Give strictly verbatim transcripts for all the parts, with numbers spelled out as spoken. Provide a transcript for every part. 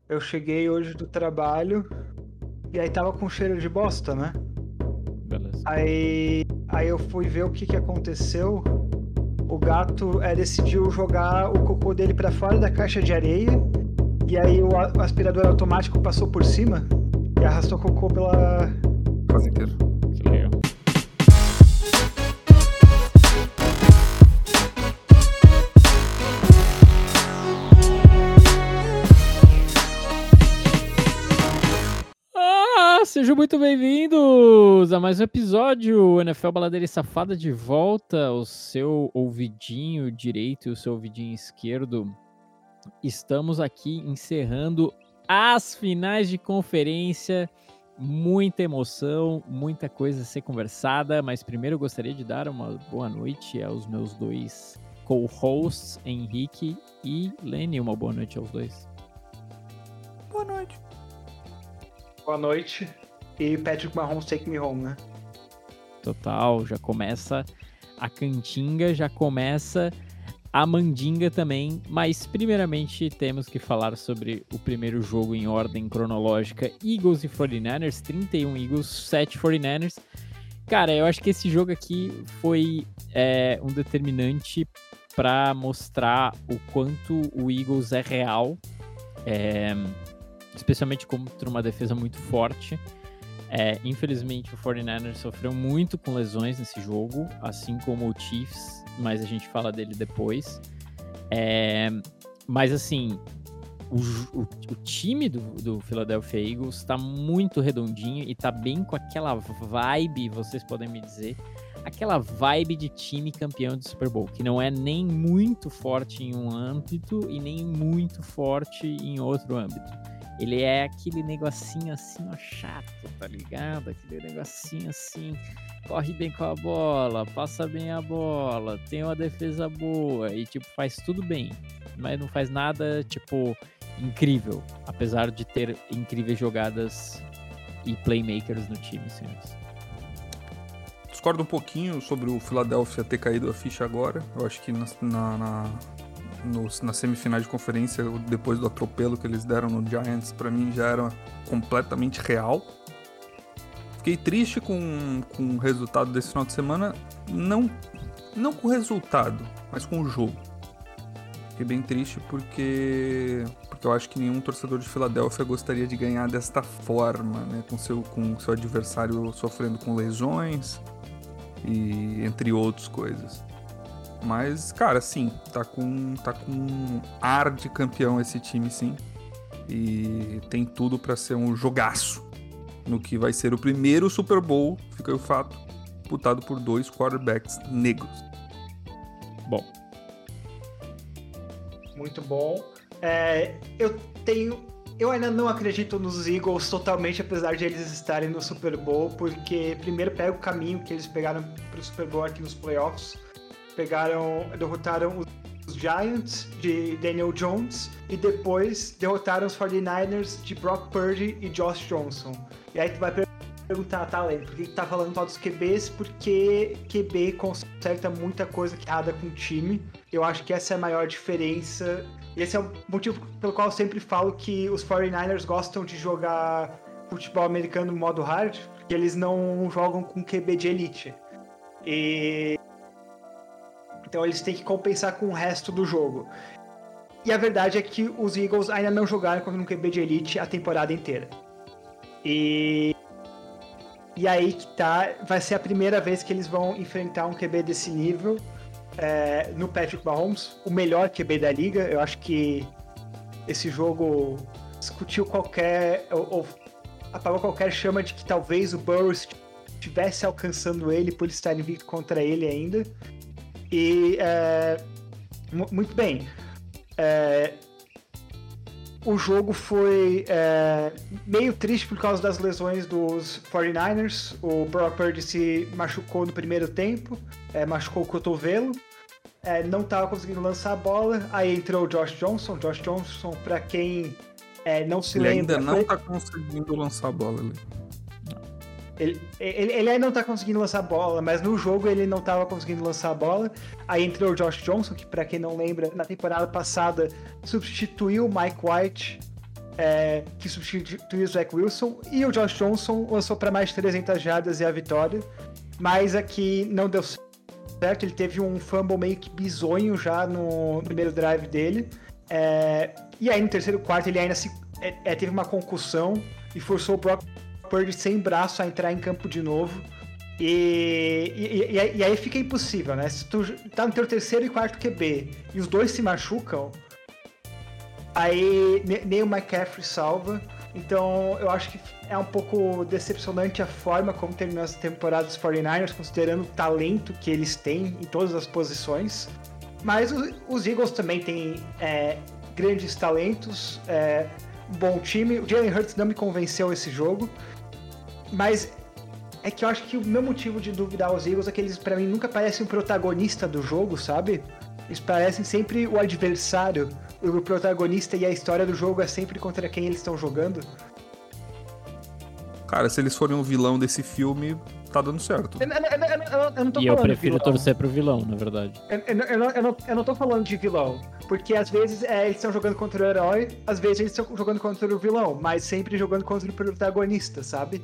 Eu cheguei hoje do trabalho e aí tava com cheiro de bosta, né? Beleza. Aí, aí eu fui ver o que, que aconteceu. O gato é, decidiu jogar o cocô dele pra fora da caixa de areia. E aí o, a- o aspirador automático passou por cima e arrastou cocô pela... Quase inteiro. Que legal. Ah, sejam muito bem-vindos a mais um episódio N F L Baladeira e Safada de volta, o seu ouvidinho direito e o seu ouvidinho esquerdo. Estamos aqui encerrando as finais de conferência, muita emoção, muita coisa a ser conversada, mas primeiro eu gostaria de dar uma boa noite aos meus dois co-hosts, Henrique e Lenny. Uma boa noite aos dois. Boa noite. Boa noite. E Patrick Mahomes take me home, né? Total, já começa a cantinga, já começa a mandinga também, mas primeiramente temos que falar sobre o primeiro jogo em ordem cronológica, Eagles e forty-niners, trinta e um Eagles, sete forty-niners. Cara, eu acho que esse jogo aqui foi é, um determinante para mostrar o quanto o Eagles é real, é, especialmente contra uma defesa muito forte. É, infelizmente o forty-niners sofreu muito com lesões nesse jogo, assim como o Chiefs, mas a gente fala dele depois. É, mas assim, o, o, o time do, do Philadelphia Eagles tá muito redondinho e tá bem com aquela vibe, vocês podem me dizer, aquela vibe de time campeão de Super Bowl, que não é nem muito forte em um âmbito e nem muito forte em outro âmbito. Ele é aquele negocinho assim, ó, chato, tá ligado? Aquele negocinho assim, corre bem com a bola, passa bem a bola, tem uma defesa boa e, tipo, faz tudo bem. Mas não faz nada, tipo, incrível. Apesar de ter incríveis jogadas e playmakers no time, senhores. Discordo um pouquinho sobre o Philadelphia ter caído a ficha agora. Eu acho que na, na, na, nos, na semifinal de conferência, depois do atropelo que eles deram no Giants, pra mim já era completamente real. Fiquei triste com, com o resultado desse final de semana, não, não com o resultado, mas com o jogo. Fiquei bem triste porque, porque eu acho que nenhum torcedor de Filadélfia gostaria de ganhar desta forma, né? Com seu, com seu adversário sofrendo com lesões e entre outras coisas. Mas, cara, sim, tá com, tá com ar de campeão esse time, sim. E tem tudo pra ser um jogaço no que vai ser o primeiro Super Bowl, fica aí o fato, disputado por dois quarterbacks negros. Bom. Muito bom. É, eu tenho... Eu ainda não acredito nos Eagles totalmente, apesar de eles estarem no Super Bowl, porque primeiro pega o caminho que eles pegaram pro Super Bowl aqui nos playoffs. Pegaram, derrotaram os Giants de Daniel Jones e depois derrotaram os forty-niners de Brock Purdy e Josh Johnson. E aí tu vai perguntar, tá, Len, por que tu tá falando tal dos Q Bs? Porque Q B conserta muita coisa errada com o time. Eu acho que essa é a maior diferença. E esse é o motivo pelo qual eu sempre falo que os forty-niners gostam de jogar futebol americano no modo hard, porque eles não jogam com Q B de elite. E... Então eles têm que compensar com o resto do jogo. E a verdade é que os Eagles ainda não jogaram contra um Q B de elite a temporada inteira. E... E aí que tá, vai ser a primeira vez que eles vão enfrentar um Q B desse nível. É, no Patrick Mahomes, o melhor Q B da liga. Eu acho que esse jogo discutiu qualquer ou, ou apagou qualquer chama de que talvez o Burrow estivesse alcançando ele por estar invicto contra ele ainda. E é, m- muito bem, é, o jogo foi é, meio triste por causa das lesões dos forty-niners. O Brock Purdy se machucou no primeiro tempo, é, machucou o cotovelo, é, não estava conseguindo lançar a bola. Aí entrou o Josh Johnson. Josh Johnson, para quem é, não se Ele lembra... ainda não foi... tá conseguindo lançar a bola ali. Ele, ele, ele ainda não tá conseguindo lançar a bola, mas no jogo ele não tava conseguindo lançar a bola. Aí entrou o Josh Johnson, que pra quem não lembra, na temporada passada substituiu o Mike White é, que substituiu o Zach Wilson, e o Josh Johnson lançou para mais de trezentas jardas e a vitória, mas aqui não deu certo, ele teve um fumble meio que bizonho já no primeiro drive dele, é, e aí no terceiro quarto ele ainda se, é, é, teve uma concussão e forçou o Brock Purdy sem braço a entrar em campo de novo, e, e, e, e aí fica impossível, né? Se tu tá no teu terceiro e quarto Q B e os dois se machucam, aí nem o McCaffrey salva. Então eu acho que é um pouco decepcionante a forma como terminou essa temporada dos quarenta e nine ers, considerando o talento que eles têm em todas as posições. Mas os, os Eagles também têm é, grandes talentos, é, um bom time. O Jalen Hurts não me convenceu esse jogo, mas é que eu acho que o meu motivo de duvidar os Eagles é que eles, pra mim, nunca parecem o protagonista do jogo, sabe? Eles parecem sempre o adversário, o protagonista, e a história do jogo é sempre contra quem eles estão jogando. Cara, se eles forem um vilão desse filme, tá dando certo. Eu, eu, eu, eu, eu não tô e falando eu prefiro de vilão. torcer pro vilão, na verdade. Eu, eu, eu, não, eu, não, eu não tô falando de vilão, porque às vezes é, eles estão jogando contra o herói, às vezes eles estão jogando contra o vilão, mas sempre jogando contra o protagonista, sabe?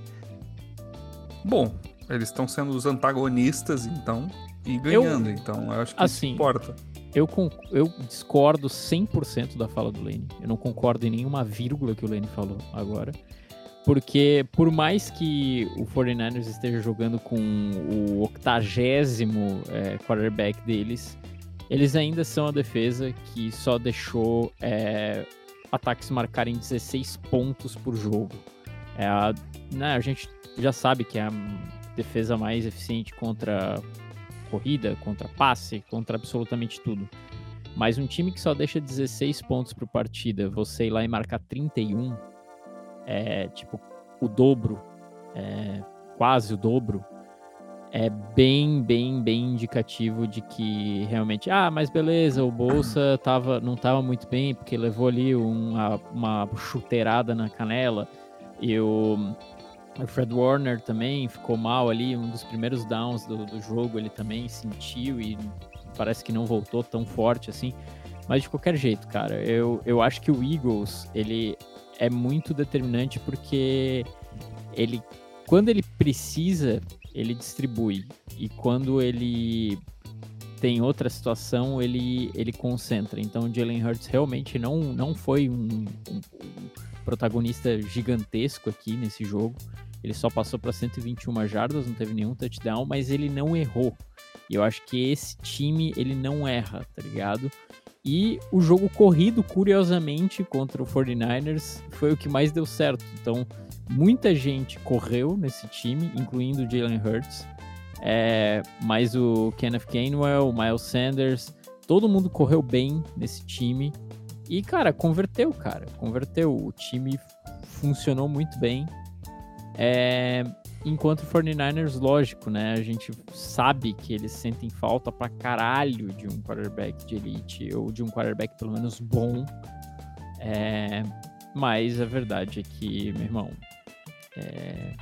Bom, eles estão sendo os antagonistas, então, e ganhando, eu, então eu acho que assim, isso importa. Eu, eu discordo cem por cento da fala do Lane. Eu não concordo em nenhuma vírgula que o Lane falou agora. Porque por mais que o quarenta e nine ers esteja jogando com o octagésimo é, quarterback deles, eles ainda são a defesa que só deixou é, ataques marcarem dezesseis pontos por jogo. É a, né, a gente já sabe que é a defesa mais eficiente contra corrida, contra passe, contra absolutamente tudo. Mas um time que só deixa dezesseis pontos por partida, você ir lá e marcar trinta e um, é tipo o dobro, é, quase o dobro, é bem, bem, bem indicativo de que realmente, ah, mas beleza, o Bolsa tava, não tava muito bem, porque levou ali uma, uma chuteirada na canela, e o O Fred Warner também ficou mal ali, um dos primeiros downs do, do jogo ele também sentiu e parece que não voltou tão forte assim. Mas de qualquer jeito, cara, eu, eu acho que o Eagles, ele é muito determinante porque ele, quando ele precisa, ele distribui. E quando ele tem outra situação, ele, ele concentra. Então o Jalen Hurts realmente não, não foi um, um, um protagonista gigantesco aqui nesse jogo. Ele só passou para cento e vinte e uma jardas, não teve nenhum touchdown, mas ele não errou. E eu acho que esse time, ele não erra, tá ligado? E o jogo corrido, curiosamente, contra o quarenta e nine ers, foi o que mais deu certo. Então, muita gente correu nesse time, incluindo o Jalen Hurts. É, mas o Kenneth Gainwell, o Miles Sanders, todo mundo correu bem nesse time. E, cara, converteu, cara. Converteu. O time funcionou muito bem. É, enquanto o quarenta e nine ers, lógico, né? A gente sabe que eles sentem falta pra caralho de um quarterback de elite, ou de um quarterback pelo menos bom. É, mas a verdade é que, meu irmão, é,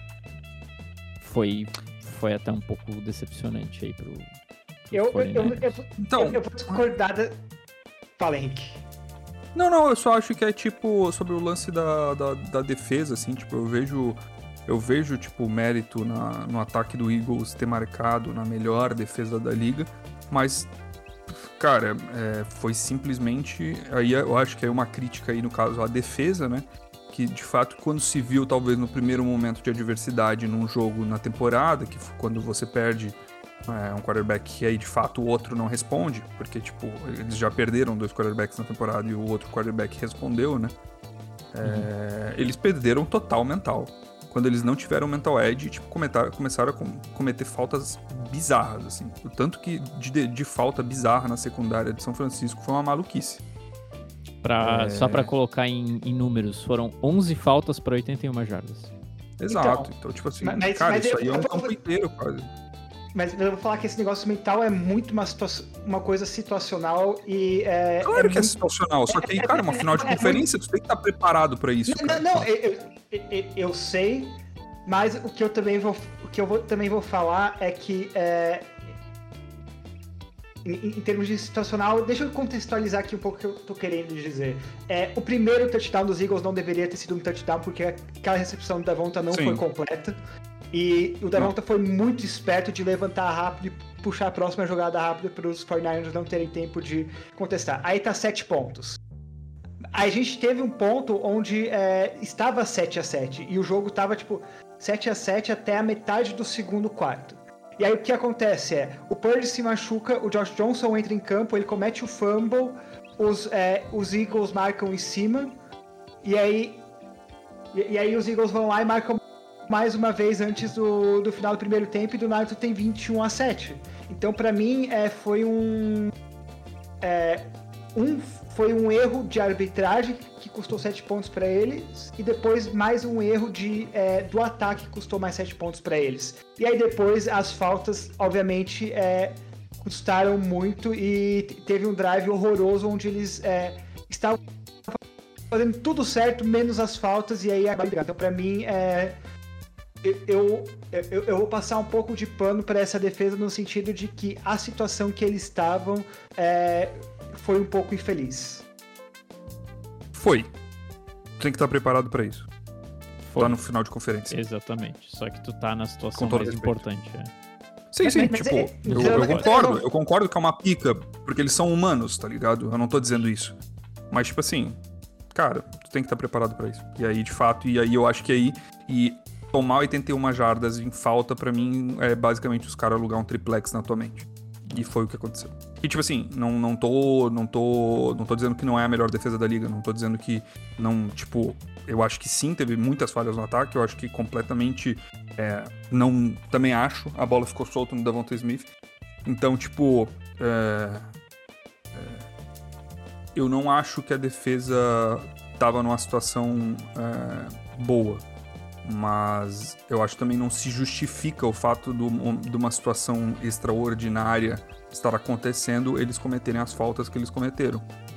foi, foi até um pouco decepcionante aí pro, pro eu, eu, eu, eu, então, eu, eu vou discordar da... Fala, Henrique. Não, não, eu só acho que é tipo sobre o lance da, da, da defesa, assim, tipo, eu vejo eu vejo tipo mérito na, no ataque do Eagles ter marcado na melhor defesa da liga, mas cara, é, foi simplesmente, aí eu acho que é uma crítica aí no caso à defesa, né, que de fato quando se viu talvez no primeiro momento de adversidade num jogo na temporada, que foi quando você perde é, um quarterback que aí de fato o outro não responde, porque tipo, eles já perderam dois quarterbacks na temporada e o outro quarterback respondeu, né, é, uhum. Eles perderam total mental. Quando eles não tiveram mental edge, tipo, começaram a cometer faltas bizarras, assim. O tanto que de, de falta bizarra na secundária de São Francisco foi uma maluquice. Pra, é... Só pra colocar em, em números, foram onze faltas pra oitenta e uma jardas. Exato. Então, então tipo assim, mas, cara, mas isso eu, aí é um eu, campo inteiro, quase. Mas eu vou falar que esse negócio mental é muito uma, situa- uma coisa situacional e... É, claro é que muito... é situacional, só que aí, cara, uma final de conferência, tu tem que estar preparado pra isso, Não, cara. não, não eu, eu, eu sei, mas o que eu também vou, o que eu vou, também vou falar é que é, em, em termos de situacional, deixa eu contextualizar aqui um pouco o que eu tô querendo dizer. É, o primeiro touchdown dos Eagles não deveria ter sido um touchdown, porque aquela recepção do Devonta não Sim. foi completa. E o Devonta foi muito esperto de levantar rápido e puxar a próxima jogada rápida para os quarenta e nine ers não terem tempo de contestar. Aí tá sete pontos. Aí a gente teve um ponto onde é, estava sete a sete e o jogo tava tipo sete a sete até a metade do segundo quarto. E aí o que acontece é, o Purdy se machuca, o Josh Johnson entra em campo, ele comete o fumble, os, é, os Eagles marcam em cima, e aí, e, e aí os Eagles vão lá e marcam mais uma vez antes do, do final do primeiro tempo, e do nada tem vinte e um a sete. Então pra mim é, foi um... É, um foi um erro de arbitragem que custou sete pontos para eles, e depois mais um erro de, é, do ataque que custou mais sete pontos para eles. E aí depois as faltas, obviamente, é, custaram muito, e teve um drive horroroso onde eles é, estavam fazendo tudo certo, menos as faltas, e aí a então para mim é, eu, eu, eu vou passar um pouco de pano para essa defesa no sentido de que a situação que eles estavam é, foi um pouco infeliz. Foi. Tem que estar preparado pra isso. Foi. Tá no final de conferência. Exatamente. Só que tu tá na situação mais respeito. importante. É. Sim, sim. Mas, tipo, é, eu, eu, eu concordo. Eu concordo que é uma pica, porque eles são humanos, tá ligado? Eu não tô dizendo isso. Mas, tipo assim, cara, tu tem que estar preparado pra isso. E aí, de fato, e aí eu acho que aí... E tomar oitenta e uma jardas em falta, pra mim, é basicamente os caras alugar um triplex na tua mente. E foi o que aconteceu. E tipo assim, não, não tô. Não tô. Não tô dizendo que não é a melhor defesa da liga. Não tô dizendo que não. Tipo, eu acho que sim, teve muitas falhas no ataque. Eu acho que completamente. É, não. Também acho. A bola ficou solta no Devonta Smith. Então, tipo. É, é, eu não acho que a defesa tava numa situação é, boa. Mas eu acho que também não se justifica o fato do, de uma situação extraordinária estar acontecendo, eles cometerem as faltas que eles cometeram.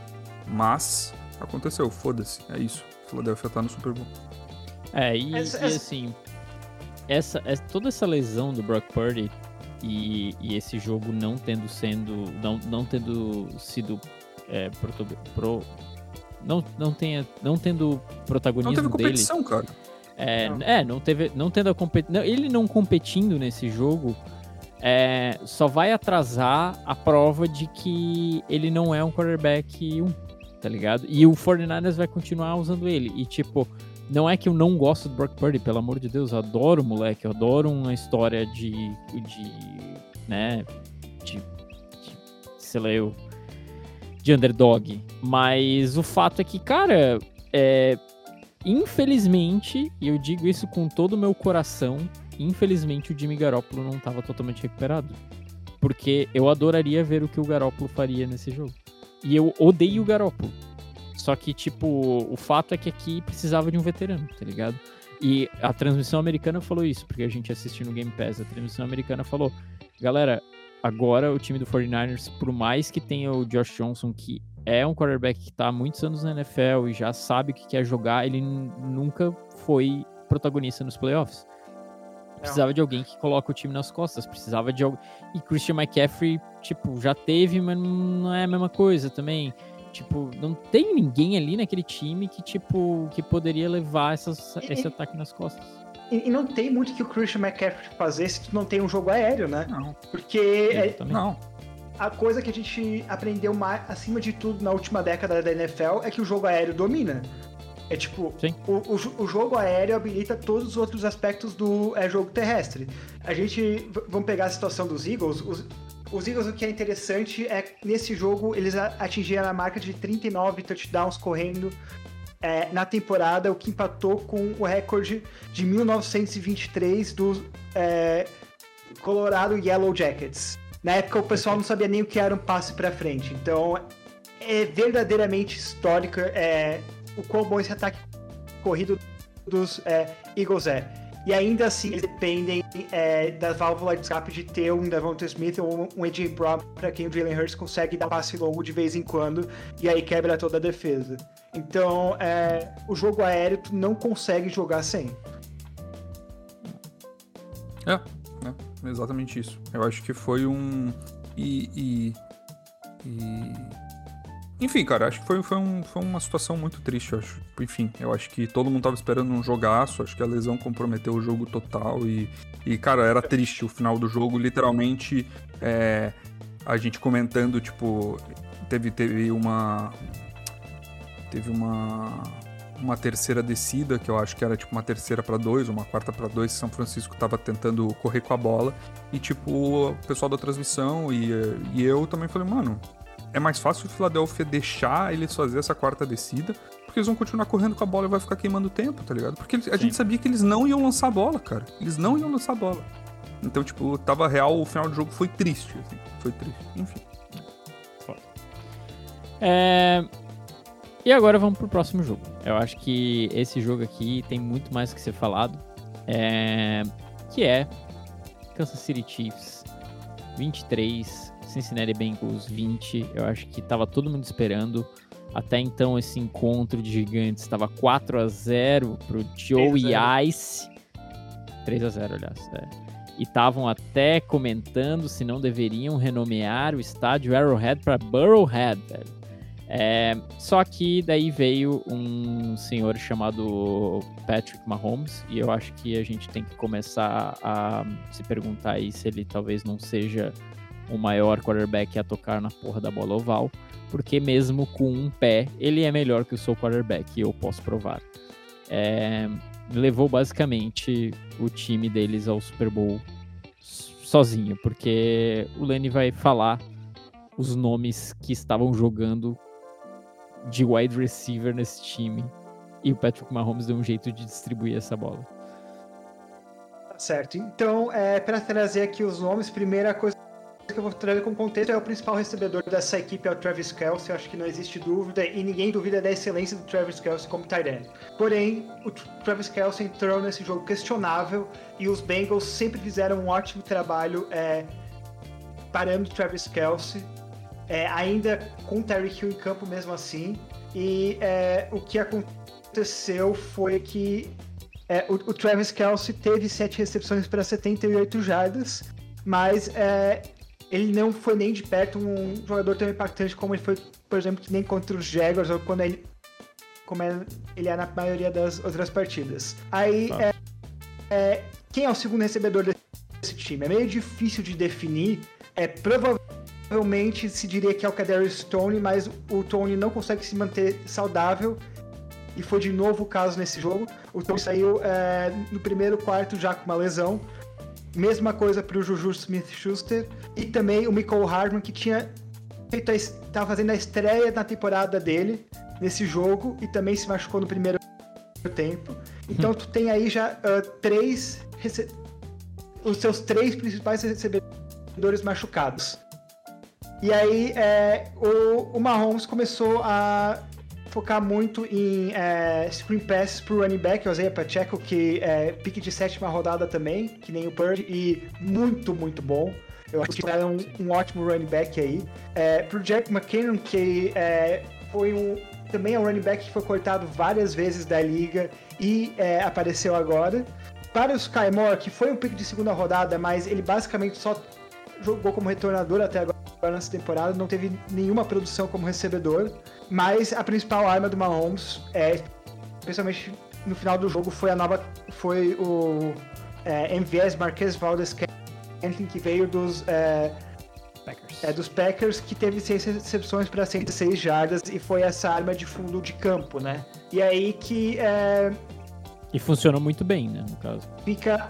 Mas aconteceu, foda-se, é isso. Philadelphia tá no Super Bowl. É, e, essa, e assim, essa, essa, toda essa lesão do Brock Purdy e, e esse jogo não tendo sendo, não, não tendo sido é, pro, pro, não, não, tenha, não tendo protagonismo dele. Não teve competição, dele, cara. É, não. é, não teve, não tendo a competição, ele não competindo nesse jogo, é, só vai atrasar a prova de que ele não é um quarterback um, tá ligado? E o quarenta e nine ers vai continuar usando ele. E tipo, não é que eu não gosto do Brock Purdy, pelo amor de Deus, eu adoro o moleque, eu adoro uma história de, de né, de, de sei lá eu, de underdog. Mas o fato é que, cara, é... infelizmente, e eu digo isso com todo o meu coração, infelizmente o Jimmy Garoppolo não estava totalmente recuperado. Porque eu adoraria ver o que o Garoppolo faria nesse jogo. E eu odeio o Garoppolo. Só que, tipo, o fato é que aqui precisava de um veterano, tá ligado? E a transmissão americana falou isso, porque a gente assistiu no Game Pass. A transmissão americana falou, galera, agora o time do quarenta e nine ers, por mais que tenha o Josh Johnson, que é um quarterback que tá há muitos anos na N F L e já sabe o que quer jogar, ele n- nunca foi protagonista nos playoffs. Precisava não. de alguém que coloca o time nas costas, precisava de alguém... E Christian McCaffrey, tipo, já teve, mas não é a mesma coisa também. Tipo, não tem ninguém ali naquele time que, tipo, que poderia levar essas, e, esse ataque nas costas. E, e não tem muito que o Christian McCaffrey fazer se tu não tem um jogo aéreo, né? Não. Porque... É, não. A coisa que a gente aprendeu mais, acima de tudo na última década da N F L é que o jogo aéreo domina. É tipo, o, o, o jogo aéreo habilita todos os outros aspectos do é, jogo terrestre. A gente, vamos pegar a situação dos Eagles, os, os Eagles, o que é interessante é que nesse jogo eles atingiram a marca de trinta e nove touchdowns correndo é, na temporada, o que empatou com o recorde de mil novecentos e vinte e três do é, Colorado Yellow Jackets. Na época o pessoal não sabia nem o que era um passe pra frente. Então é verdadeiramente histórico é, o quão bom esse ataque corrido dos é, Eagles é. E ainda assim eles dependem é, da válvula de escape de ter um Devonta Smith ou um A J Brown para quem o Jalen Hurts consegue dar passe longo de vez em quando e aí quebra toda a defesa. Então é, o jogo aéreo tu não consegue jogar sem. É, é exatamente isso. Eu acho que foi um... E, e E... Enfim, cara, acho que foi, foi, um, foi uma situação muito triste, eu acho. Enfim, eu acho que todo mundo tava esperando um jogaço, acho que a lesão comprometeu o jogo total e, e cara, era triste o final do jogo, literalmente, é, a gente comentando, tipo, teve, teve uma... Teve uma... uma terceira descida, que eu acho que era tipo uma terceira pra dois, uma quarta pra dois, São Francisco tava tentando correr com a bola, e tipo, o pessoal da transmissão e, e eu também falei, mano, é mais fácil o Philadelphia deixar eles fazer essa quarta descida, porque eles vão continuar correndo com a bola e vai ficar queimando tempo, tá ligado? Porque eles, a gente sabia que eles não iam lançar a bola, cara. Eles não iam lançar a bola. Então, tipo, tava real, o final do jogo foi triste, assim, foi triste, enfim. É... E agora vamos pro próximo jogo. Eu acho que esse jogo aqui tem muito mais que ser falado, é... que é Kansas City Chiefs vinte e três, Cincinnati Bengals vinte. Eu acho que tava todo mundo esperando. Até então esse encontro de gigantes estava quatro a zero pro Joey Ice. três a zero, aliás. É. E estavam até comentando se não deveriam renomear o estádio Arrowhead para Burrowhead, velho. É, só que daí veio um senhor chamado Patrick Mahomes, e eu acho que a gente tem que começar a se perguntar aí se ele talvez não seja o maior quarterback a tocar na porra da bola oval, porque mesmo com um pé, ele é melhor que o seu quarterback, e eu posso provar. É, levou basicamente o time deles ao Super Bowl sozinho, porque o Lenny vai falar os nomes que estavam jogando de wide receiver nesse time, e o Patrick Mahomes deu um jeito de distribuir essa bola. Tá certo. Então, é, para trazer aqui os nomes, primeira coisa que eu vou trazer como contexto é o principal recebedor dessa equipe é o Travis Kelce. Eu acho que não existe dúvida, e ninguém duvida da excelência do Travis Kelce como tight end. Porém, o Travis Kelce entrou nesse jogo questionável, e os Bengals sempre fizeram um ótimo trabalho é, parando o Travis Kelce, É, ainda com o Tyreek Hill em campo mesmo assim, e é, o que aconteceu foi que é, o, o Travis Kelce teve sete recepções para setenta e oito jardas, mas é, ele não foi nem de perto um jogador tão impactante como ele foi, por exemplo, nem contra os Jaguars, ou quando ele, como ele é na maioria das outras partidas. Aí, ah. é, é, quem é o segundo recebedor desse time? É meio difícil de definir, é provavelmente Provavelmente se diria que é o Kadarius Toney, mas o Toney não consegue se manter saudável, e foi de novo o caso nesse jogo. O Toney saiu é, no primeiro quarto já com uma lesão. Mesma coisa para o Juju Smith-Schuster, e também o Mecole Hardman, que tinha feito a, estava fazendo a estreia na temporada dele nesse jogo e também se machucou no primeiro tempo. Então tu tem aí já uh, três rece... os seus três principais recebedores machucados. E aí, é, o, o Mahomes começou a focar muito em é, screen passes pro running back, o Isaiah Pacheco, que é pique de sétima rodada também, que nem o Purdy, e muito, muito bom. Eu acho que era um, um ótimo running back aí. É, pro Jack McKinnon, que é, foi um, também é um running back que foi cortado várias vezes da liga e é, apareceu agora. Para o Sky Moore, que foi um pique de segunda rodada, mas ele basicamente só jogou como retornador até agora nessa temporada, não teve nenhuma produção como recebedor, mas a principal arma do Mahomes, é, especialmente no final do jogo, foi a nova, foi o é, M V S Marquez Valdes-Scantling, que veio dos é, Packers. É, dos Packers, que teve seis recepções para cento e seis jardas, e foi essa arma de fundo de campo, né? E aí que é, e funcionou muito bem, né, no caso. Fica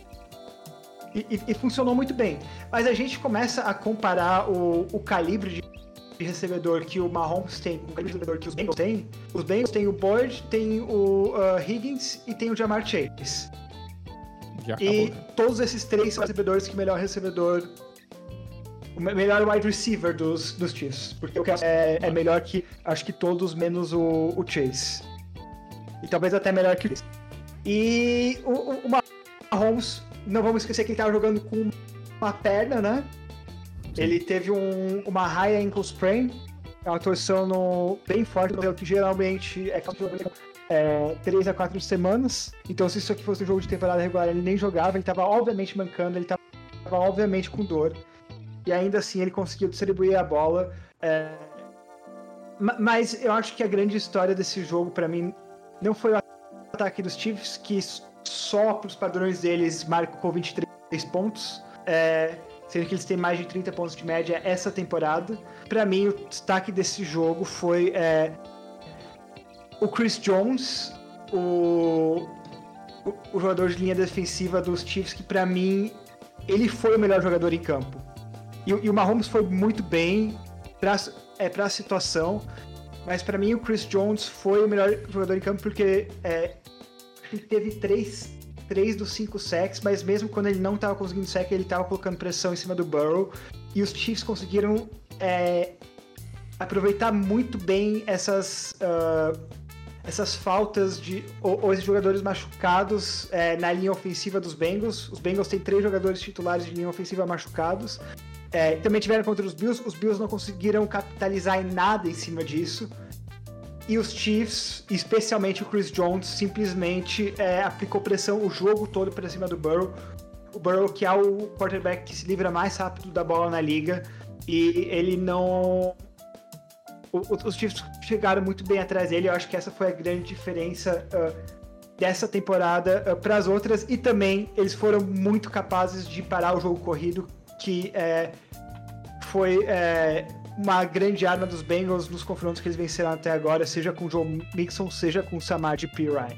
E, e, e funcionou muito bem. Mas a gente começa a comparar o, o calibre de, de recebedor que o Mahomes tem com o calibre de recebedor que os Bengals têm. Os Bengals têm o Boyd, tem o uh, Higgins e tem o Ja'Marr Chase. Já acabou, e né? Todos esses três são recebedores que o melhor recebedor, o melhor wide receiver dos, dos Chiefs. Porque o que é, é melhor que, acho que todos, menos o, o Chase. E talvez até melhor que o Chase. E o, o, o Mahomes, não vamos esquecer que ele estava jogando com uma perna, né? Sim. Ele teve um, uma high ankle sprain, é uma torção no, bem forte, que geralmente é é, três a quatro semanas. Então, se isso aqui fosse um jogo de temporada regular, ele nem jogava, ele estava obviamente mancando, ele estava obviamente com dor. e ainda assim ele conseguiu distribuir a bola. É... Mas eu acho que a grande história desse jogo, para mim, não foi o ataque dos Chiefs, que só para os padrões deles marcou vinte e três pontos, é... sendo que eles têm mais de trinta pontos de média essa temporada. Para mim, o destaque desse jogo foi é... o Chris Jones, o... o jogador de linha defensiva dos Chiefs, que para mim, ele foi o melhor jogador em campo. E, e o Mahomes foi muito bem para é, a situação, mas para mim o Chris Jones foi o melhor jogador em campo porque é, ele teve três, três dos cinco sacks, mas mesmo quando ele não estava conseguindo sack, ele estava colocando pressão em cima do Burrow, e os Chiefs conseguiram é, aproveitar muito bem essas... Uh, essas faltas de ou, ou esses jogadores machucados é, na linha ofensiva dos Bengals. Os Bengals têm três jogadores titulares de linha ofensiva machucados. É, também tiveram contra os Bills. Os Bills não conseguiram capitalizar em nada em cima disso. E os Chiefs, especialmente o Chris Jones, simplesmente é, aplicou pressão o jogo todo para cima do Burrow. O Burrow, que é o quarterback que se livra mais rápido da bola na liga. E ele não... Os Chiefs chegaram muito bem atrás dele. Eu acho que essa foi a grande diferença uh, dessa temporada uh, para as outras. E também eles foram muito capazes de parar o jogo corrido, que é, foi é, uma grande arma dos Bengals nos confrontos que eles venceram até agora, seja com o Joe Mixon, seja com o Samaje Perine.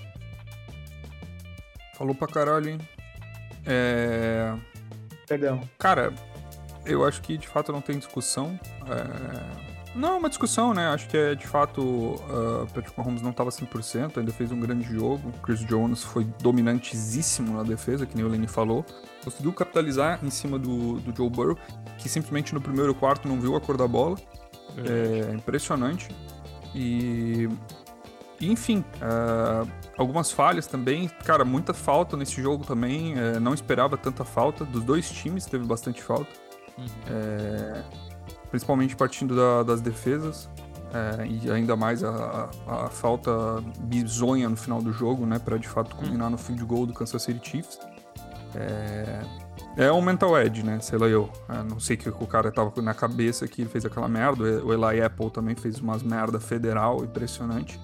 Falou pra caralho, hein? É... Perdão. Cara, eu acho que de fato não tem discussão. É... Não, é uma discussão, né? Acho que é de fato o uh, Patrick Mahomes não estava cem por cento, ainda fez um grande jogo. O Chris Jones foi dominantizíssimo na defesa, que nem o Lenny falou. Conseguiu capitalizar em cima do, do Joe Burrow, que simplesmente no primeiro quarto não viu a cor da bola. É, é impressionante. E, e enfim, uh, algumas falhas também. Cara, muita falta nesse jogo também. Uh, não esperava tanta falta. Dos dois times teve bastante falta. Uhum. É... Principalmente partindo da, das defesas, é, e ainda mais a, a, a falta bizonha no final do jogo, né, para de fato culminar no field goal do Kansas City Chiefs. É, é um mental edge, né, sei lá eu, é, não sei o que o cara tava na cabeça que ele fez aquela merda. O Eli Apple também fez umas merda federal impressionante.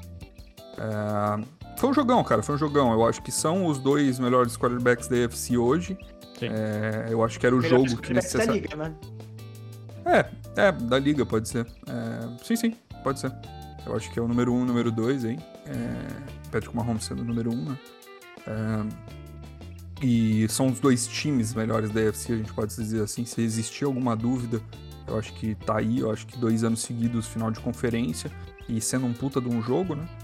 É, foi um jogão, cara, foi um jogão. Eu acho que são os dois melhores quarterbacks da A F C hoje. É, eu acho que era o melhores jogo que necessariamente... da liga, né? É, é, da liga pode ser. É, sim, sim, pode ser. Eu acho que é o número um, número dois aí. É, Patrick Mahomes sendo o número um, né? É, e são os dois times melhores da A F C, a gente pode dizer assim. Se existir alguma dúvida, eu acho que tá aí. Eu acho que dois anos seguidos, final de conferência. E sendo um puta de um jogo, né?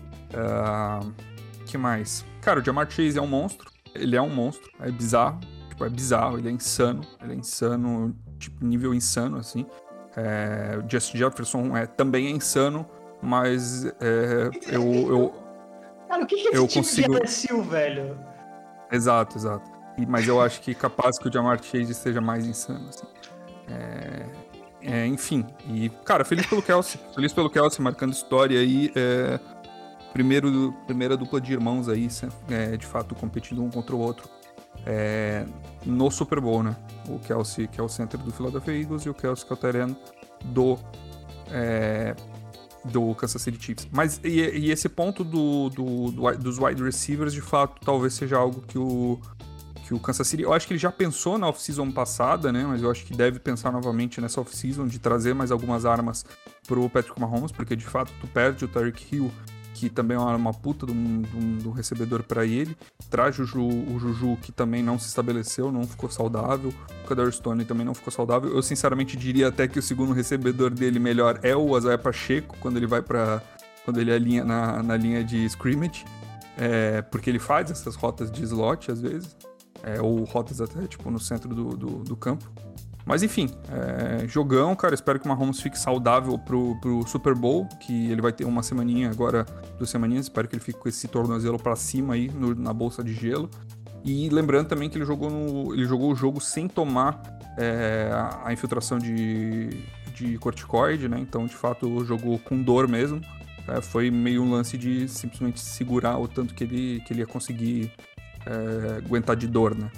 É, que mais? Cara, o Ja'Marr Chase é um monstro. Ele é um monstro. É bizarro. Tipo, é bizarro. Ele é insano. Ele é insano... tipo, nível insano, assim. É, o Justin Jefferson é, também é insano, mas é, eu, eu... Cara, o que, que é esse eu time consigo... de L S U, velho? Exato, exato. E, mas eu acho que capaz que o Ja'Marr Chase seja mais insano, assim. É, é, enfim, e, cara, feliz pelo Kelce. Feliz pelo Kelce, marcando história aí. É, primeiro, primeira dupla de irmãos aí, é, de fato, competindo um contra o outro. É, no Super Bowl, né? O Kelce, que é o center do Philadelphia Eagles, e o Kelce, que é o tight end do, é, do Kansas City Chiefs. Mas e, e esse ponto do, do, do, dos wide receivers, de fato, talvez seja algo que o, que o Kansas City... Eu acho que ele já pensou na off-season passada, né? Mas eu acho que deve pensar novamente nessa off-season, de trazer mais algumas armas pro Patrick Mahomes, porque de fato tu perde o Tyreek Hill, que também é uma puta de um, de um, de um recebedor para ele. Traz o, Ju, o Juju, que também não se estabeleceu, não ficou saudável. O Kadarius Toney também não ficou saudável. Eu, sinceramente, diria até que o segundo recebedor dele melhor é o Isaiah Pacheco, quando ele vai para quando ele alinha na, na linha de scrimmage. É, porque ele faz essas rotas de slot, às vezes. É, ou rotas até, tipo, no centro do, do, do campo. Mas enfim, é, jogão, cara. Espero que o Mahomes fique saudável pro, pro Super Bowl, que ele vai ter uma semaninha agora, duas semaninhas. Espero que ele fique com esse tornozelo pra cima aí, no, na bolsa de gelo. E lembrando também que ele jogou, no, ele jogou o jogo sem tomar é, a infiltração de, de corticoide, né? Então, de fato, jogou com dor mesmo. É, foi meio um lance de simplesmente segurar o tanto que ele, que ele ia conseguir é, aguentar de dor, né?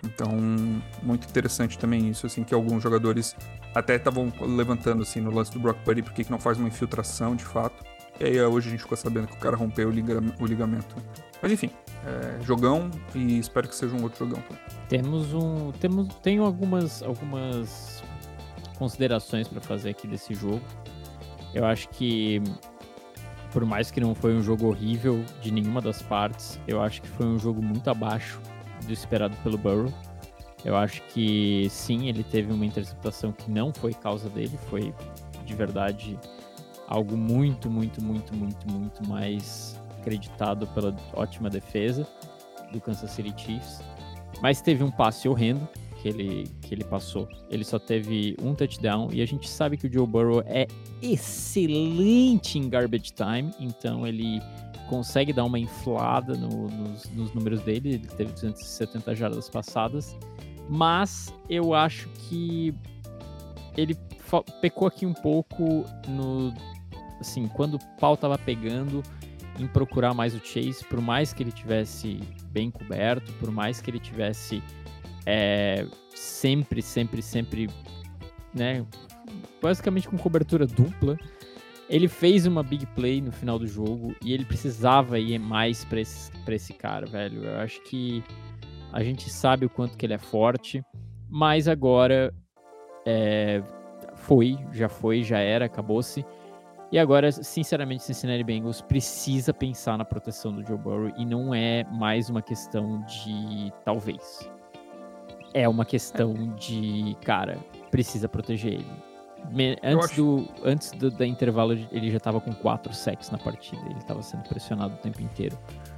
Então, muito interessante também isso, assim, que alguns jogadores até estavam levantando, assim, no lance do Brock Purdy, porque que não faz uma infiltração, de fato. E aí, hoje a gente ficou sabendo que o cara rompeu o, liga- o ligamento. Mas, enfim, é, jogão, e espero que seja um outro jogão também. Temos um... Temos, tenho algumas, algumas considerações para fazer aqui desse jogo. Eu acho que, por mais que não foi um jogo horrível de nenhuma das partes, eu acho que foi um jogo muito abaixo do esperado pelo Burrow. Eu acho que sim, ele teve uma interceptação que não foi causa dele, foi de verdade algo muito, muito, muito, muito, muito mais acreditado pela ótima defesa do Kansas City Chiefs. Mas teve um passe horrendo que ele, que ele passou. Ele só teve um touchdown e a gente sabe que o Joe Burrow é excelente em garbage time, então ele consegue dar uma inflada no, nos, nos números dele. Ele teve duzentas e setenta jardas passadas, mas eu acho que ele pecou aqui um pouco no, assim, quando o pau tava pegando, em procurar mais o Chase, por mais que ele tivesse bem coberto, por mais que ele tivesse é, sempre, sempre, sempre, né, basicamente com cobertura dupla. Ele fez uma big play no final do jogo e ele precisava ir mais pra esse, pra esse cara, velho. Eu acho que a gente sabe o quanto que ele é forte, mas agora é, foi, já foi, já era, acabou-se. E agora, sinceramente, Cincinnati Bengals precisa pensar na proteção do Joe Burrow e não é mais uma questão de talvez. É uma questão de, cara, precisa proteger ele. Antes, acho... do, antes do da intervalo, ele já estava com quatro sacks na partida. Ele estava sendo pressionado o tempo inteiro.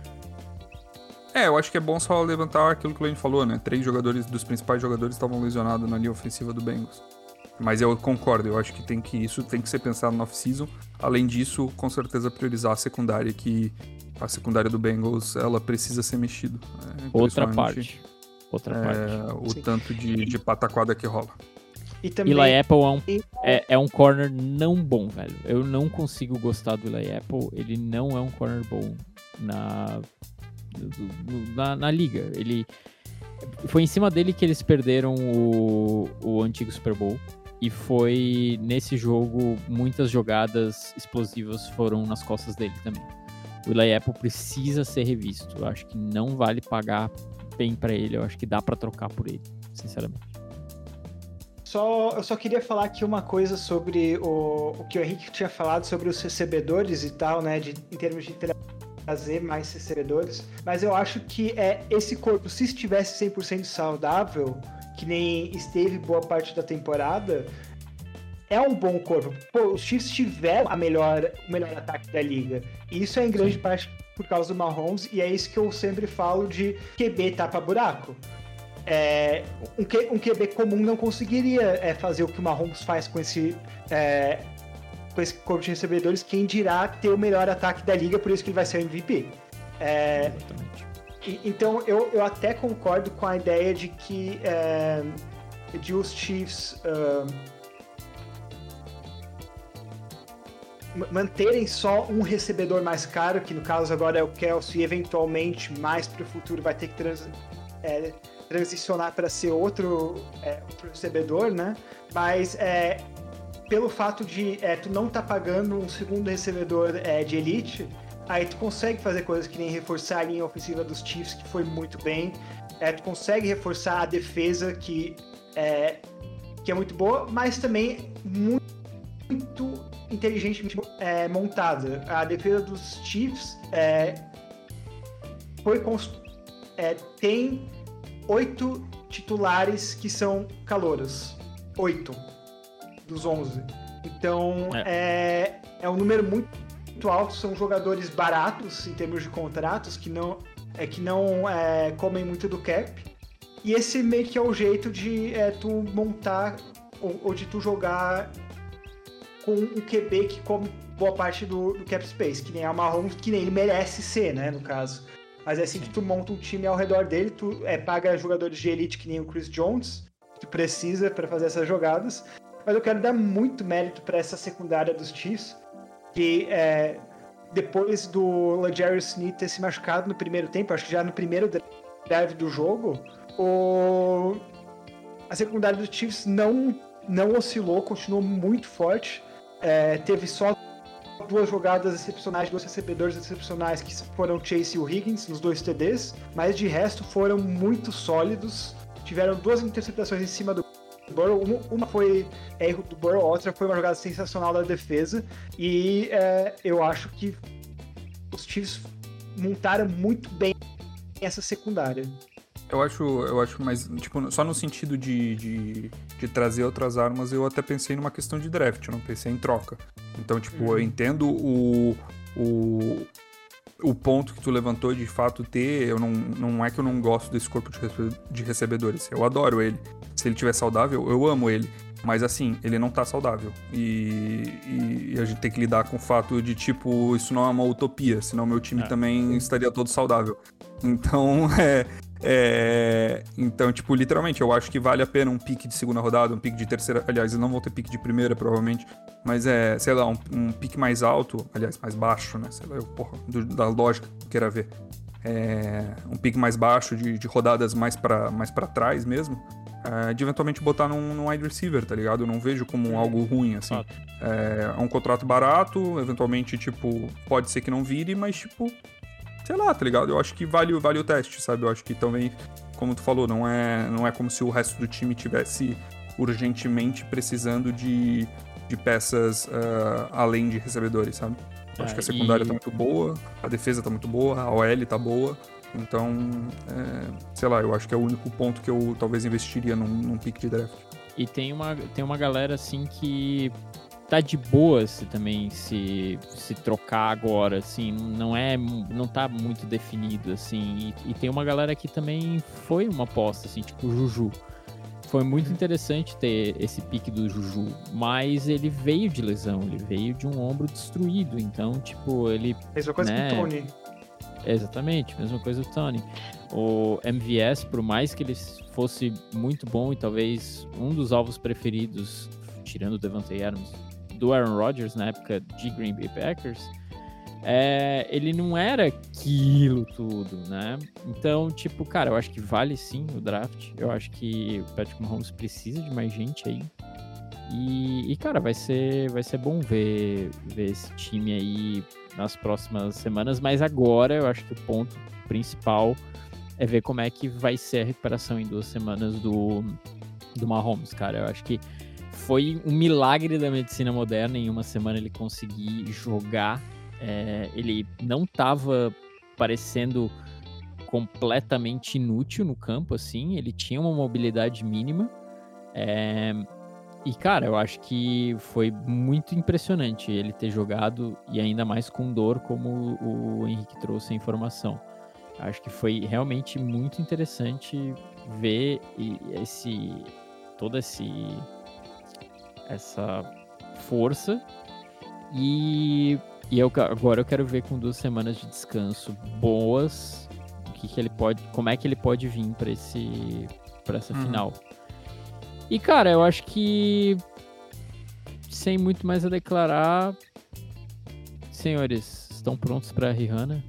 É, eu acho que é bom só levantar aquilo que o Lane falou, né? Três jogadores, dos principais jogadores, estavam lesionados na linha ofensiva do Bengals. Mas eu concordo, eu acho que, tem que isso tem que ser pensado no off-season. Além disso, com certeza priorizar a secundária, que a secundária do Bengals, ela precisa ser mexida. É Outra parte. Outra é, parte. O Sim. tanto de, de pataquada que rola. E também... Eli Apple é um, é, é um corner não bom, velho. Eu não consigo gostar do Eli Apple. Ele não é um corner bom na, na, na liga. Ele, foi em cima dele que eles perderam o, o antigo Super Bowl. E foi nesse jogo, muitas jogadas explosivas foram nas costas dele também. O Eli Apple precisa ser revisto. Eu acho que não vale pagar bem pra ele. Eu acho que dá pra trocar por ele, sinceramente. Só, eu só queria falar aqui uma coisa sobre o, o que o Henrique tinha falado sobre os recebedores e tal, né, de, em termos de trazer mais recebedores, mas eu acho que é, esse corpo, se estivesse cem por cento saudável, que nem esteve boa parte da temporada, é um bom corpo. Pô, os Chiefs tiveram a melhor, o melhor ataque da liga, e isso é em grande Sim. parte por causa do Mahomes, e é isso que eu sempre falo de Q B tapa buraco. É, um, Q, um Q B comum não conseguiria é, fazer o que o Mahomes faz com esse, é, com esse corpo de recebedores, quem dirá ter o melhor ataque da liga, por isso que ele vai ser o M V P. É, e, então eu, eu até concordo com a ideia de que é, de os Chiefs uh, manterem só um recebedor mais caro, que no caso agora é o Kelce, e eventualmente mais para o futuro vai ter que trans, é, transicionar para ser outro, é, outro recebedor, né? Mas é, pelo fato de é, tu não tá pagando um segundo recebedor é, de elite, aí tu consegue fazer coisas que nem reforçar a linha ofensiva dos Chiefs, que foi muito bem, é, tu consegue reforçar a defesa, que é, que é muito boa, mas também muito, muito inteligentemente é, montada. A defesa dos Chiefs é, foi constru- é, tem oito titulares que são calouros. Oito dos onze. Então, é. É, é um número muito, muito alto. São jogadores baratos em termos de contratos, que não, é, que não é, comem muito do cap. E esse meio que é o jeito de é, tu montar ou, ou de tu jogar com um Q B que come boa parte do, do cap space, que nem a Mahomes, que nem ele merece ser, né, no caso. Mas é assim que tu monta um time ao redor dele, tu é, paga jogadores de elite que nem o Chris Jones, que tu precisa para fazer essas jogadas. Mas eu quero dar muito mérito para essa secundária dos Chiefs, que é, depois do L'Jarius Sneed ter se machucado no primeiro tempo, acho que já no primeiro drive do jogo, O... A secundária do Chiefs não, não oscilou, continuou muito forte. É, teve só duas jogadas excepcionais, dois recebedores excepcionais, que foram o Chase e o Higgins, nos dois T Ds, mas de resto foram muito sólidos. Tiveram duas interceptações em cima do Burrow, uma foi erro do Burrow, a outra foi uma jogada sensacional da defesa, e é, eu acho que os Chiefs montaram muito bem essa secundária. Eu acho, eu acho mais, tipo, só no sentido de, de, de trazer outras armas, eu até pensei numa questão de draft, eu não pensei em troca. Então, tipo, uhum. eu entendo o, o, o ponto que tu levantou de fato ter, eu não, não é que eu não gosto desse corpo de, de recebedores, eu adoro ele. Se ele estiver saudável, eu amo ele. Mas assim, ele não tá saudável. E, e, e a gente tem que lidar com o fato de, tipo, isso não é uma utopia, senão meu time é. também estaria todo saudável. Então, é... É, então, tipo, literalmente, eu acho que vale a pena um pique de segunda rodada, um pique de terceira, aliás, eles não vão ter pique de primeira, provavelmente, mas é, sei lá, um, um pique mais alto, aliás, mais baixo, né, sei lá, eu, porra, do, da lógica que eu queira ver, é, um pique mais baixo de, de rodadas mais pra, mais pra trás mesmo, é, de eventualmente botar num, num wide receiver, tá ligado? Eu não vejo como algo ruim, assim. É, é um contrato barato, eventualmente, tipo, pode ser que não vire, mas, tipo... Sei lá, tá ligado? Eu acho que vale, vale o teste, sabe? Eu acho que também, como tu falou, não é, não é como se o resto do time tivesse urgentemente precisando de, de peças uh, além de recebedores, sabe? Eu ah, acho que a secundária e... tá muito boa, a defesa tá muito boa, a O L tá boa. Então, é, sei lá, eu acho que é o único ponto que eu talvez investiria num, num pick de draft. E tem uma, tem uma galera, assim, que... tá de boa se também se, se trocar agora, assim, não é, não tá muito definido, assim, e, e tem uma galera que também foi uma aposta, assim, tipo o Juju. Foi muito interessante ter esse pique do Juju, mas ele veio de lesão, ele veio de um ombro destruído, então, tipo, ele... Mesma coisa né, que o Tony. Exatamente, mesma coisa do Tony. O M V S, por mais que ele fosse muito bom e talvez um dos alvos preferidos, tirando o Devontae Adams, do Aaron Rodgers na época de Green Bay Packers, é, ele não era aquilo tudo, né? Então, tipo, cara, eu acho que vale sim o draft. Eu acho que o Patrick Mahomes precisa de mais gente aí. E, e cara, vai ser, vai ser bom ver, ver esse time aí nas próximas semanas. Mas agora, eu acho que o ponto principal é ver como é que vai ser a recuperação em duas semanas do, do Mahomes, cara. Eu acho que foi um milagre da medicina moderna em uma semana ele conseguir jogar. É, ele não estava parecendo completamente inútil no campo, assim. Ele tinha uma mobilidade mínima. É, e, cara, eu acho que foi muito impressionante ele ter jogado, e ainda mais com dor, como o Henrique trouxe a informação. Acho que foi realmente muito interessante ver esse, todo esse... essa força e, e eu, agora eu quero ver com duas semanas de descanso boas o que, que ele pode, como é que ele pode vir para esse para essa uhum. final. E cara, eu acho que sem muito mais a declarar, senhores, estão prontos para Rihanna?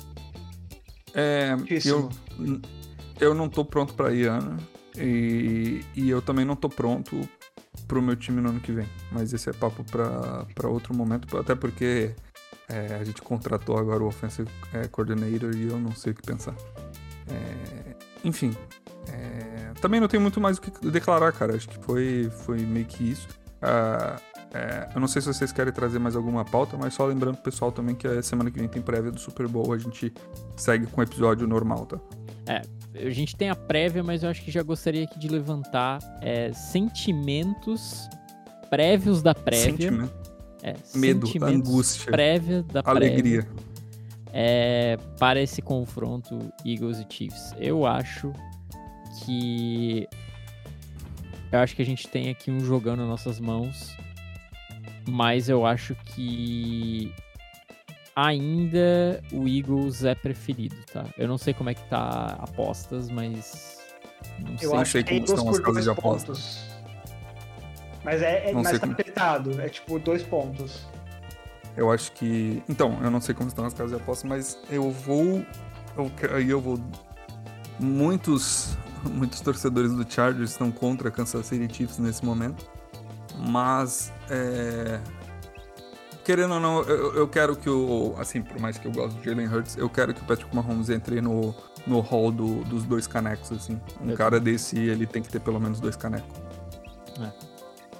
É, eu, eu não tô pronto para Rihanna e, e eu também não tô pronto pro meu time no ano que vem, mas esse é papo pra, pra outro momento, até porque é, a gente contratou agora o Offensive Coordinator e eu não sei o que pensar. É, enfim, é, também não tenho muito mais o que declarar, cara, acho que foi, foi meio que isso. Ah, é, eu não sei se vocês querem trazer mais alguma pauta, mas só lembrando pro pessoal também que a semana que vem tem prévia do Super Bowl, a gente segue com o episódio normal, tá? É, a gente tem a prévia, mas eu acho que já gostaria aqui de levantar é, sentimentos prévios da prévia. Sentimento. É, medo, angústia, prévia da alegria. Prévia, é, para esse confronto Eagles e Chiefs. Eu acho que eu acho que a gente tem aqui um jogão nas nossas mãos, mas eu acho que ainda o Eagles é preferido, tá? Eu não sei como é que tá apostas, mas não eu sei. acho sei que como estão as casas de apostas. Pontos. Mas é, é mais tá como... apertado, é tipo dois pontos. Eu acho que... Então, eu não sei como estão as casas de apostas, mas eu vou... Aí eu, eu vou... Muitos... muitos torcedores do Chargers estão contra a Kansas City Chiefs nesse momento. Mas, é... querendo ou não, eu, eu quero que o... Assim, por mais que eu goste de Jalen Hurts, eu quero que o Patrick Mahomes entre no, no hall do, dos dois canecos, assim. Um eu cara também. Desse, ele tem que ter pelo menos dois canecos. É.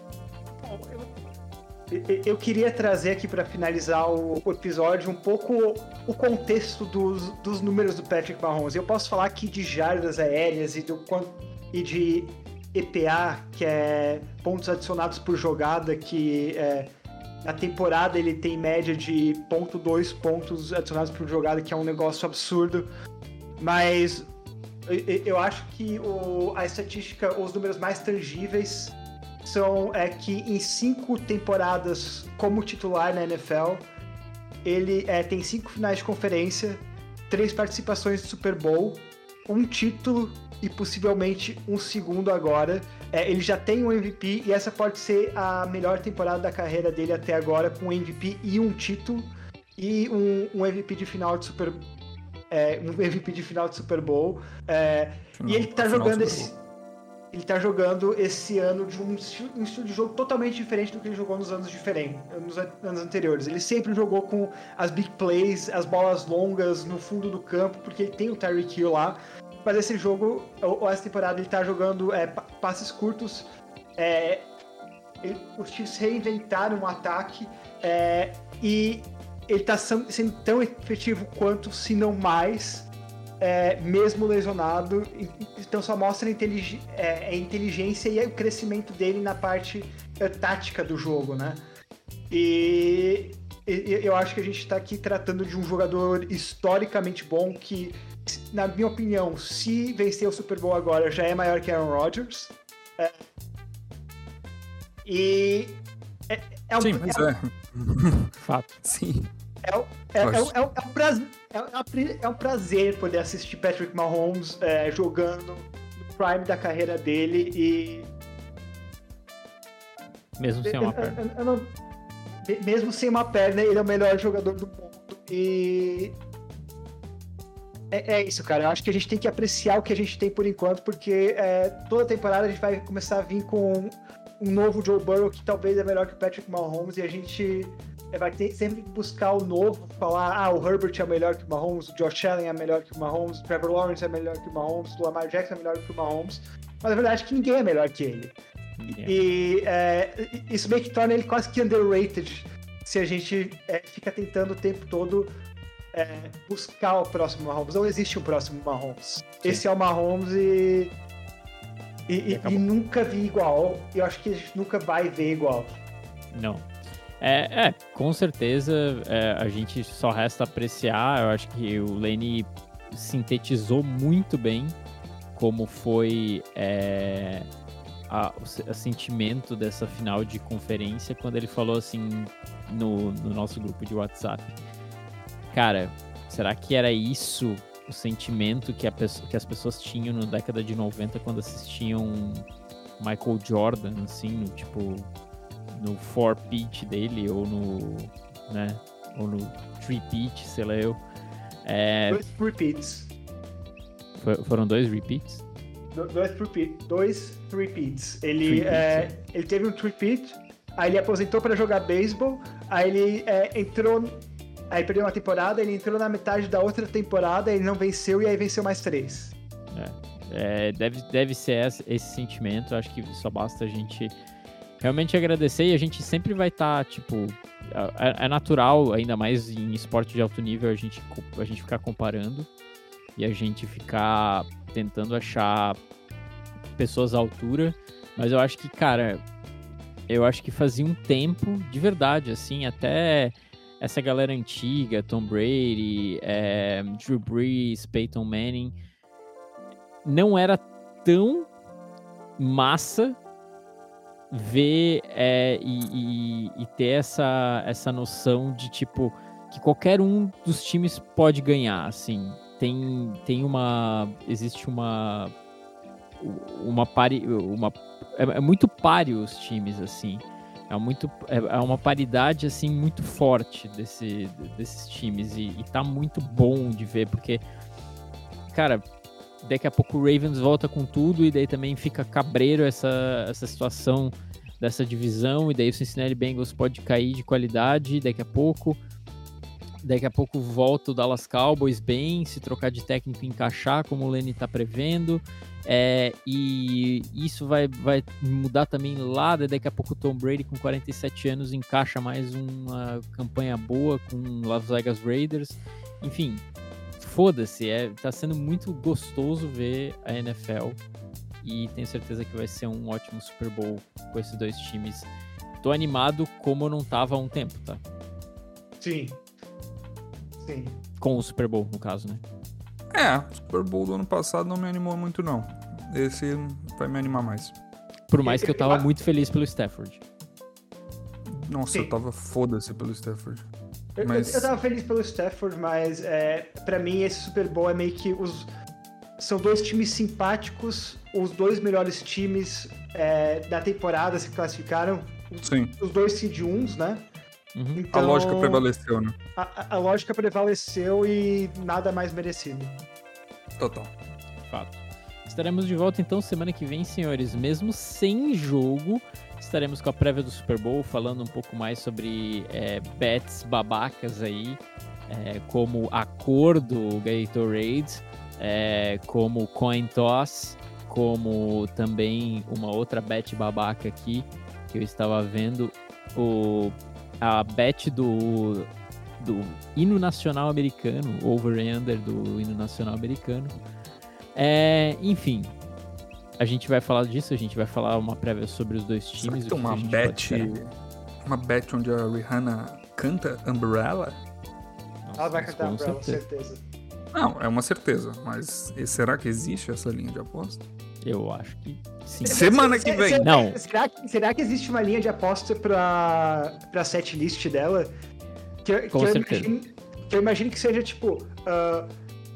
Eu queria trazer aqui para finalizar o episódio um pouco o contexto dos, dos números do Patrick Mahomes. Eu posso falar aqui de jardas aéreas e, do, e de E P A, que é pontos adicionados por jogada, que é, na temporada ele tem média de zero ponto dois pontos adicionados por jogada, que é um negócio absurdo. Mas eu, eu acho que o, a estatística, os números mais tangíveis são é, que em cinco temporadas como titular na N F L, ele é, tem cinco finais de conferência, três participações de Super Bowl, um título e possivelmente um segundo agora. É, ele já tem um M V P e essa pode ser a melhor temporada da carreira dele até agora, com um M V P e um título e um, um M V P de final de Super é, um M V P de final de Super Bowl. É, final, e ele tá jogando esse Ele tá jogando esse ano de um estilo, um estilo de jogo totalmente diferente do que ele jogou nos anos diferentes, nos anos anteriores. Ele sempre jogou com as big plays, as bolas longas no fundo do campo, porque ele tem o Tyreek Hill lá. Mas esse jogo, ou essa temporada, ele tá jogando é, passes curtos. É, ele, os Chiefs reinventaram um ataque é, e ele tá sendo tão efetivo quanto, se não mais, É, mesmo lesionado. Então só mostra a, intelig- é, a inteligência e o crescimento dele na parte é, tática do jogo, né? E, e eu acho que a gente está aqui tratando de um jogador historicamente bom que, na minha opinião, se vencer o Super Bowl agora, já é maior que Aaron Rodgers. É, e é, é um, Sim, mas é. Fato. Sim. É, é, é, é, é, um prazer, é, é um prazer poder assistir Patrick Mahomes é, jogando no prime da carreira dele e... Mesmo sem uma perna. Eu, eu não, mesmo sem uma perna, ele é o melhor jogador do mundo. E... É, é isso, cara. Eu acho que a gente tem que apreciar o que a gente tem por enquanto, porque é, toda temporada a gente vai começar a vir com um novo Joe Burrow que talvez é melhor que o Patrick Mahomes e a gente... vai ter, sempre buscar o novo, falar, ah, o Herbert é melhor que o Mahomes, o Josh Allen é melhor que o Mahomes, o Trevor Lawrence é melhor que o Mahomes, o Lamar Jackson é melhor que o Mahomes, mas a verdade é que ninguém é melhor que ele. Yeah. E é, isso meio que torna ele quase que underrated se a gente é, fica tentando o tempo todo é, buscar o próximo Mahomes. Não existe o próximo Mahomes. Sim. Esse é o Mahomes e, e, e, e nunca vi igual. Eu acho que a gente nunca vai ver igual. Não. É, é, com certeza é, a gente só resta apreciar. Eu acho que o Lenny sintetizou muito bem como foi é, a, o, o sentimento dessa final de conferência quando ele falou assim no, no nosso grupo de WhatsApp. Cara, será que era isso o sentimento que, a, que as pessoas tinham na década de noventa quando assistiam Michael Jordan, assim, no tipo... no four pitch dele, ou no, né, ou no three pitch, sei lá eu. É... Dois repeats. For, foram dois repeats? Do, dois repeats. Dois repeats. Ele, three é, pitch, é. ele teve um repeat, aí ele aposentou para jogar beisebol, aí ele é, entrou, aí perdeu uma temporada, ele entrou na metade da outra temporada, ele não venceu e aí venceu mais três. É, é, deve, deve ser esse, esse sentimento, acho que só basta a gente realmente agradecer e a gente sempre vai estar, tá, tipo, é, é natural, ainda mais em esporte de alto nível, a gente, a gente ficar comparando e a gente ficar tentando achar pessoas à altura, mas eu acho que, cara, eu acho que fazia um tempo, de verdade, assim, até essa galera antiga, Tom Brady, é, Drew Brees, Peyton Manning, não era tão massa ver é, e, e, e ter essa, essa noção de, tipo, que qualquer um dos times pode ganhar, assim. Tem, tem uma... Existe uma... Uma pari... Uma, é, é muito páreo os times, assim. É, muito, é, é uma paridade, assim, muito forte desse, desses times. E, e tá muito bom de ver, porque, cara... daqui a pouco o Ravens volta com tudo, e daí também fica cabreiro essa, essa situação dessa divisão, e daí o Cincinnati Bengals pode cair de qualidade daqui a pouco. Daqui a pouco volta o Dallas Cowboys bem, se trocar de técnico e encaixar, como o Lenny tá prevendo. É, e isso vai, vai mudar também lá, daqui a pouco o Tom Brady com quarenta e sete anos encaixa mais uma campanha boa com Las Vegas Raiders. Enfim, foda-se, é, tá sendo muito gostoso ver a N F L, e tenho certeza que vai ser um ótimo Super Bowl com esses dois times. Tô animado como eu não tava há um tempo, tá? Sim. Sim. Com o Super Bowl, no caso, né? É, o Super Bowl do ano passado não me animou muito, não. Esse vai me animar mais. Por mais que eu tava muito feliz pelo Stafford. Nossa, Sim. eu tava foda-se pelo Stafford. Eu, Mas- eu, eu tava feliz pelo Stafford, mas é, pra mim esse Super Bowl é meio que os... São dois times simpáticos, os dois melhores times é, da temporada se classificaram, Sim, os dois seed uns, né? Uhum. Então, a lógica prevaleceu, né? A, a- a lógica prevaleceu e nada mais merecido. Total. Fato. Estaremos de volta então semana que vem, senhores. Mesmo sem jogo, estaremos com a prévia do Super Bowl, falando um pouco mais sobre é, bets babacas aí, é, como a cor do Gatorade, é, como Coin Toss, como também uma outra bet babaca aqui, que eu estava vendo, o, a bet do, do hino nacional americano, over and under do hino nacional americano. É, enfim, a gente vai falar disso, a gente vai falar uma prévia sobre os dois Será times. que tem o que uma a gente pode bet, esperar. uma bet onde a Rihanna canta Umbrella? Nossa, Ela vai mas cantar com pra ela, certeza. certeza. Não, é uma certeza, mas e será que existe essa linha de aposta? Eu acho que sim. Semana que vem. Será- Não. Será que, será que existe uma linha de aposta pra, pra setlist dela? Que, eu- Com que eu certeza. imagino, que eu imagino que seja tipo. ah,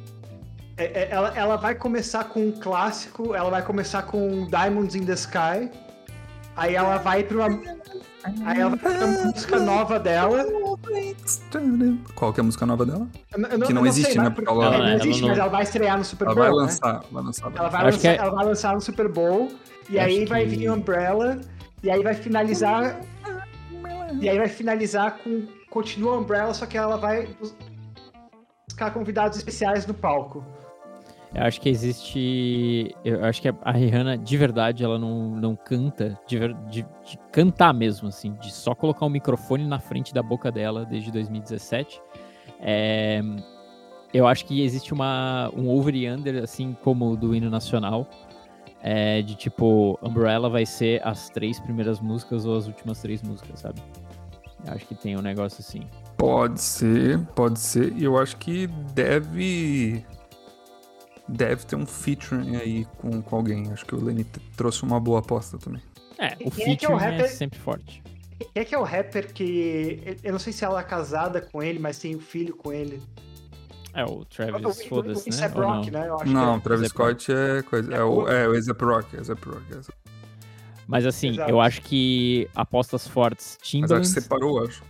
é- é- ela, ela vai começar com um clássico, ela vai começar com Diamonds in the Sky, aí ela vai pra uma. Aí ela vai pra uma música nova dela. Qual que é a música nova dela? Eu não- eu Que não eu existe, sei, né? mas- Porque ela- é, Ela- não ela existe, não- mas ela vai estrear no Super Ela Bowl. vai né? lançar, vai lançar. Ela vai, Eu acho lançar, que é- ela vai lançar no Super Bowl, e Eu aí acho vai que- vir Umbrella, e aí vai finalizar. E aí vai finalizar com. Continua Umbrella, só que ela vai bus- buscar convidados especiais no palco. Eu acho que existe. Eu acho que a Rihanna, de verdade, ela não, não canta, de, ver- de- de cantar mesmo, assim, de só colocar um microfone na frente da boca dela desde dois mil e dezessete. É, eu acho que existe uma, um over e under, assim como o do hino nacional, é, de tipo, Umbrella vai ser as três primeiras músicas ou as últimas três músicas, sabe? Eu acho que tem um negócio assim. Pode ser, pode ser. E eu acho que deve. Deve ter um featuring aí com, com alguém. Acho que o Lenny t- trouxe uma boa aposta também. É, o Quem é que é o featuring é rapper? sempre forte. Quem é que é o rapper que. Eu não sei se ela é casada com ele, mas tem um filho com ele. É, o Travis, foda-se, Isso né? é Ou não? Brock, né? Eu acho Não, que Travis A$AP Rocky. Scott é coisa. É o, é, o A$AP Rocky. A$AP Rocky. é A$AP- Mas assim, Exato. eu acho que apostas fortes, Mas acho Timbaland, que separou, acho.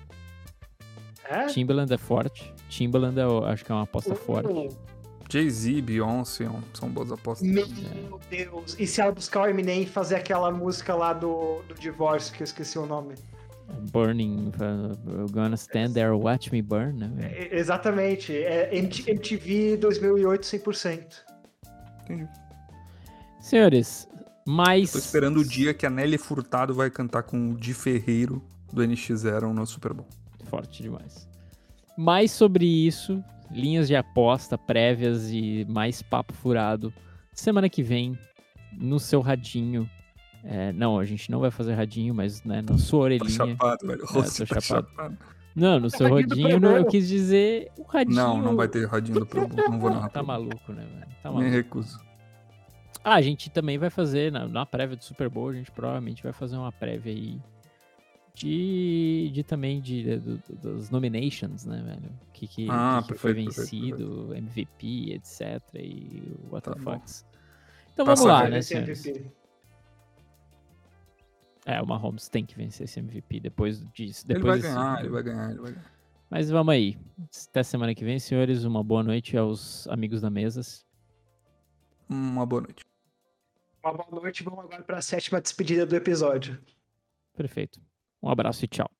é. Timbaland é forte. Timbaland eu acho que é uma aposta forte. Jay-Z, Beyoncé são boas apostas. Meu Deus. E se ela buscar o Eminem e fazer aquela música lá do, do divórcio, que eu esqueci o nome? Burning, uh, I'm gonna stand there, watch me burn, né? velho? É, exatamente. É M T V dois mil e oito cem por cento. Entendi. Senhores, mais... Tô esperando o dia que a Nelly Furtado vai cantar com o Di Ferreiro do N X Zero no Super Bowl. Forte demais. Mais sobre isso, linhas de aposta, prévias e mais papo furado. Semana que vem, no seu radinho. É, não, a gente não vai fazer radinho, mas né, na sua Tá orelhinha. chapado, velho. tô Você tá chapado. chapado. Não, no seu Radinho do radinho, Pro não, eu Bowl. quis dizer o radinho. Não, não vai ter radinho do Pro Bowl. Não vou narrar. Tá Pro Bowl. maluco, né, velho? Tá Me maluco. recuso. Ah, a gente também vai fazer, na, na prévia do Super Bowl, a gente provavelmente vai fazer uma prévia aí de, de também de, de- do- do- dos nominations, né, velho? O que, que, Ah, que que foi perfeito, perfeito, vencido, M V P, etc. E o what Tá the bom. fucks. Então Passa vamos lá, a né, Esse senhores? M V P. É, o Mahomes tem que vencer esse M V P depois disso. Ele Depois vai desse- ganhar, ele vai ganhar, ele vai ganhar. Mas vamos aí. Até semana que vem, senhores. Uma boa noite aos amigos da mesa. uma boa noite. Uma boa noite, vamos agora para a sétima despedida do episódio. Perfeito. Um abraço e tchau.